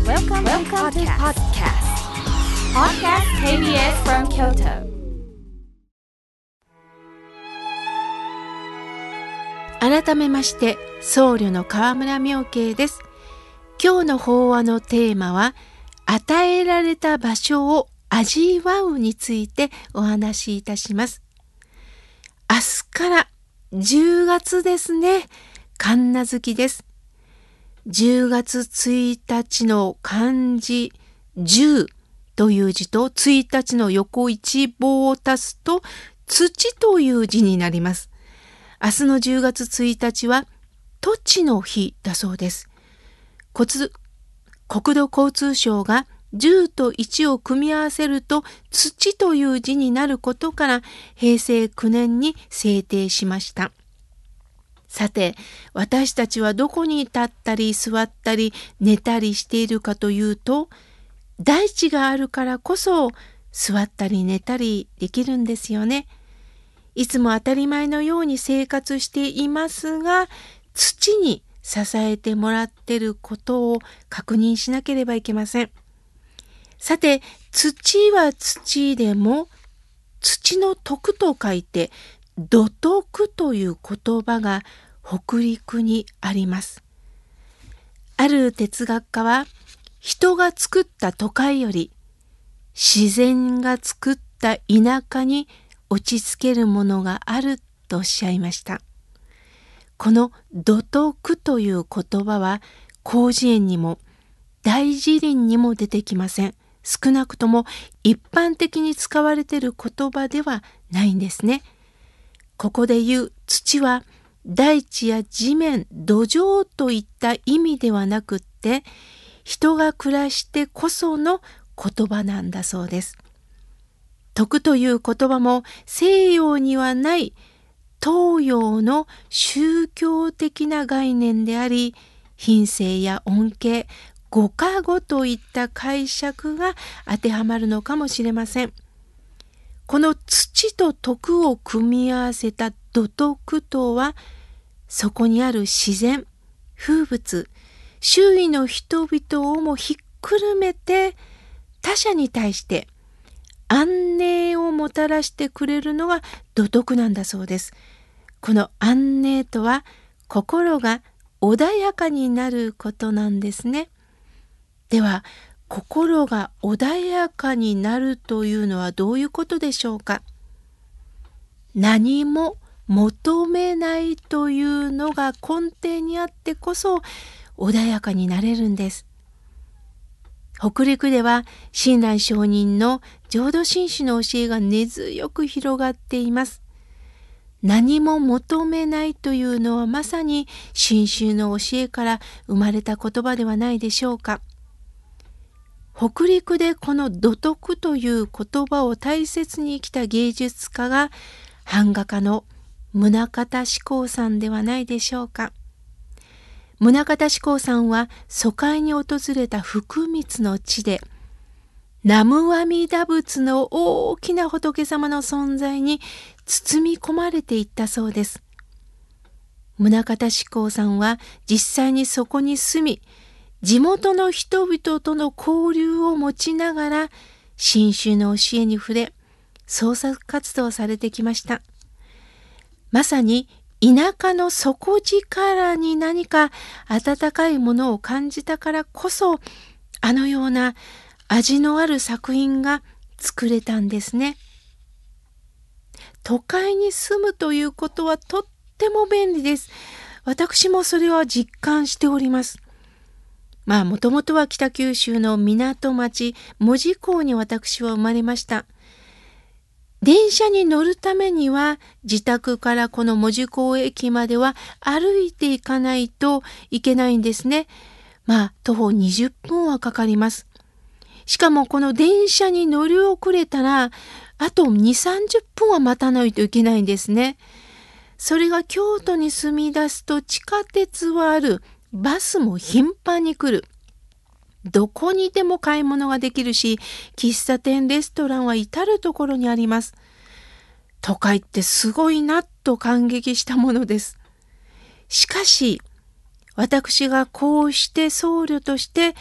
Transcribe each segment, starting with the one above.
Welcome to podcast. Podcast KBS from Kyoto. 改めまして僧侶の河村妙慶です。今日の法話のテーマは与えられた場所を味わうについてお話しいたします。明日から10月ですね。神無月です。10月1日の漢字10という字と1日の横一棒を足すと土という字になります。明日の10月1日は土地の日だそうです。国土交通省が10と1を組み合わせると土という字になることから平成9年に制定しました。さて、私たちはどこに立ったり座ったり寝たりしているかというと、大地があるからこそ座ったり寝たりできるんですよね。いつも当たり前のように生活していますが、土に支えてもらっていることを確認しなければいけません。さて、土は土でも、土の徳と書いて、土徳という言葉が北陸にあります。ある哲学家は、人が作った都会より、自然が作った田舎に落ち着けるものがあるとおっしゃいました。この土徳という言葉は広辞苑にも大辞林にも出てきません。少なくとも一般的に使われている言葉ではないんですね。ここで言う土は大地や地面、土壌といった意味ではなくって人が暮らしてこその言葉なんだそうです。徳という言葉も西洋にはない東洋の宗教的な概念であり、品性や恩恵、ご加護といった解釈が当てはまるのかもしれません。この土と徳を組み合わせた土徳とは、そこにある自然、風物、周囲の人々をもひっくるめて他者に対して安寧をもたらしてくれるのが土徳なんだそうです。この安寧とは心が穏やかになることなんですね。では、心が穏やかになるというのはどういうことでしょうか。何も求めないというのが根底にあってこそ穏やかになれるんです。北陸では親鸞上人の浄土真宗の教えが根強く広がっています。何も求めないというのはまさに真宗の教えから生まれた言葉ではないでしょうか。北陸でこの土徳という言葉を大切に生きた芸術家が版画家の宗像志功さんではないでしょうか。宗像志功さんは疎開に訪れた福光の地で南無阿弥陀仏の大きな仏様の存在に包み込まれていったそうです。宗像志功さんは実際にそこに住み、地元の人々との交流を持ちながら真宗の教えに触れ、創作活動をされてきました。まさに田舎の底力に何か温かいものを感じたからこそ、あのような味のある作品が作れたんですね。都会に住むということはとっても便利です。私もそれは実感しております。もともとは北九州の港町門司港に私は生まれました。電車に乗るためには自宅からこの門司港駅までは歩いていかないといけないんですね。徒歩20分はかかります。しかもこの電車に乗り遅れたらあと2、30分は待たないといけないんですね。それが京都に住み出すと地下鉄はある、バスも頻繁に来る。どこにでも買い物ができるし、喫茶店、レストランは至るところにあります。都会ってすごいなと感激したものです。しかし、私がこうして僧侶として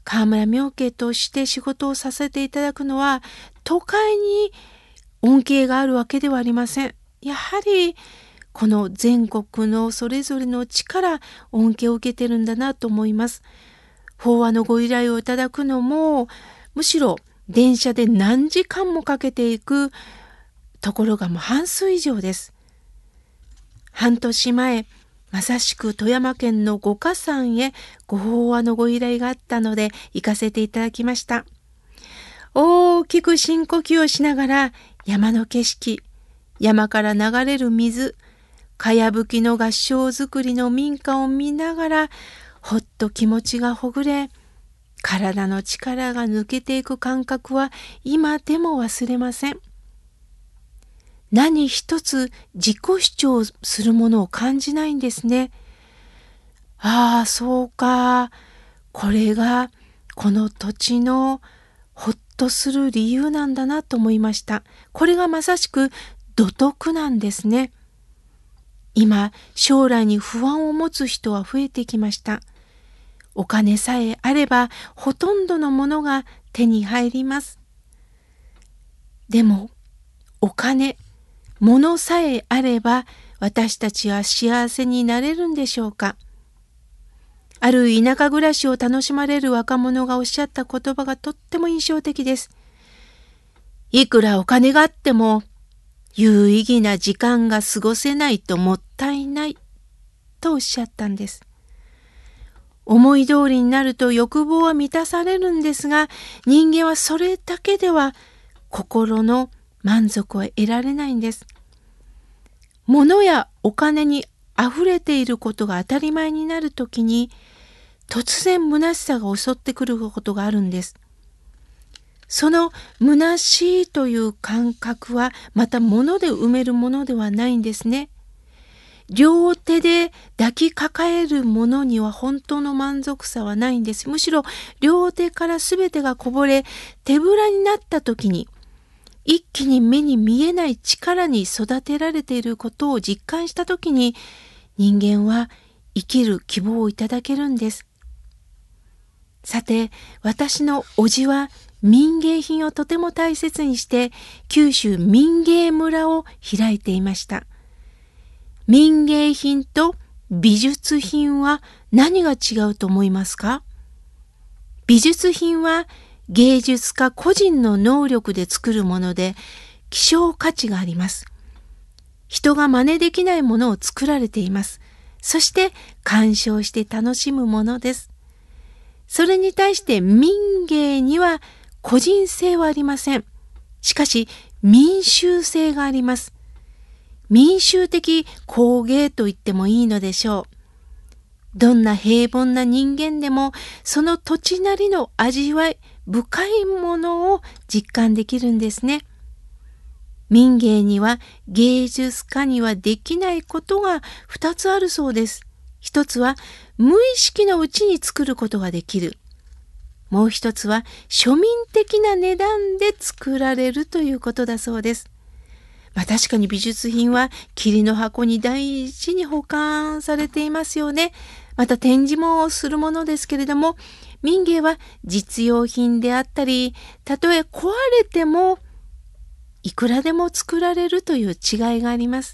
川村明慶として仕事をさせていただくのは都会に恩恵があるわけではありません。やはりこの全国のそれぞれの地から恩恵を受けてるんだなと思います。法話のご依頼をいただくのもむしろ電車で何時間もかけていくところがもう半数以上です。半年前、まさしく富山県の五箇山へご法話のご依頼があったので行かせていただきました。大きく深呼吸をしながら山の景色、山から流れる水、かやぶきの合掌造りの民家を見ながらほっと気持ちがほぐれ、体の力が抜けていく感覚は今でも忘れません。何一つ自己主張するものを感じないんですね。ああ、そうか。これがこの土地のほっとする理由なんだなと思いました。これがまさしく土徳なんですね。今、将来に不安を持つ人は増えてきました。お金さえあればほとんどのものが手に入ります。でも、お金、物さえあれば私たちは幸せになれるんでしょうか。ある田舎暮らしを楽しまれる若者がおっしゃった言葉がとっても印象的です。いくらお金があっても有意義な時間が過ごせないともったいないとおっしゃったんです。思い通りになると欲望は満たされるんですが、人間はそれだけでは心の満足は得られないんです。物やお金にあふれていることが当たり前になるときに、突然虚しさが襲ってくることがあるんです。その虚しいという感覚はまた物で埋めるものではないんですね。両手で抱きかかえるものには本当の満足さはないんです。むしろ両手からすべてがこぼれ、手ぶらになった時に、一気に目に見えない力に育てられていることを実感した時に、人間は生きる希望をいただけるんです。さて、私の叔父は民芸品をとても大切にして、九州民芸村を開いていました。民芸品と美術品は何が違うと思いますか？美術品は芸術家個人の能力で作るもので希少価値があります。人が真似できないものを作られています。そして鑑賞して楽しむものです。それに対して民芸には個人性はありません。しかし民衆性があります。民衆的工芸と言ってもいいのでしょう。どんな平凡な人間でもその土地なりの味わい、深いものを実感できるんですね。民芸には芸術家にはできないことが2つあるそうです。一つは無意識のうちに作ることができる。もう一つは庶民的な値段で作られるということだそうです。確かに美術品は桐の箱に大事に保管されていますよね。また展示もするものですけれども、民芸は実用品であったり、たとえ壊れてもいくらでも作られるという違いがあります。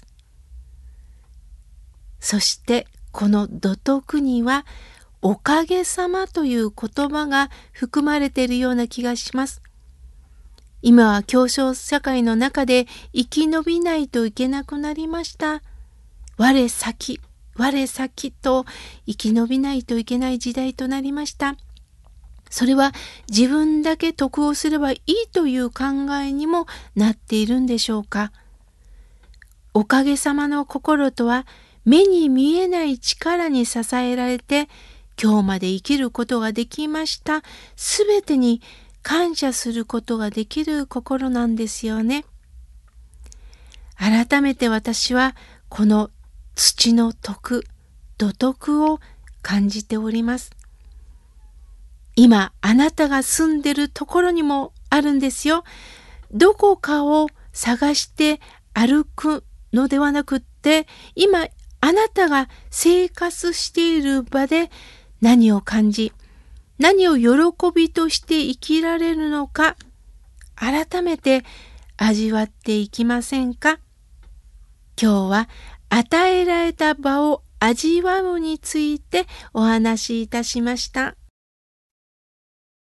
そしてこの土徳にはおかげさまという言葉が含まれているような気がします。今は競争社会の中で生き延びないといけなくなりました。我先、我先と生き延びないといけない時代となりました。それは自分だけ得をすればいいという考えにもなっているんでしょうか。おかげさまの心とは目に見えない力に支えられて今日まで生きることができました。すべてに感謝することができる心なんですよね。改めて私はこの土の徳、土徳を感じております。今あなたが住んでるところにもあるんですよ。どこかを探して歩くのではなくって、今あなたが生活している場で何を感じ、 何を喜びとして生きられるのか、改めて味わっていきませんか？今日は与えられた場を味わうについてお話しいたしました。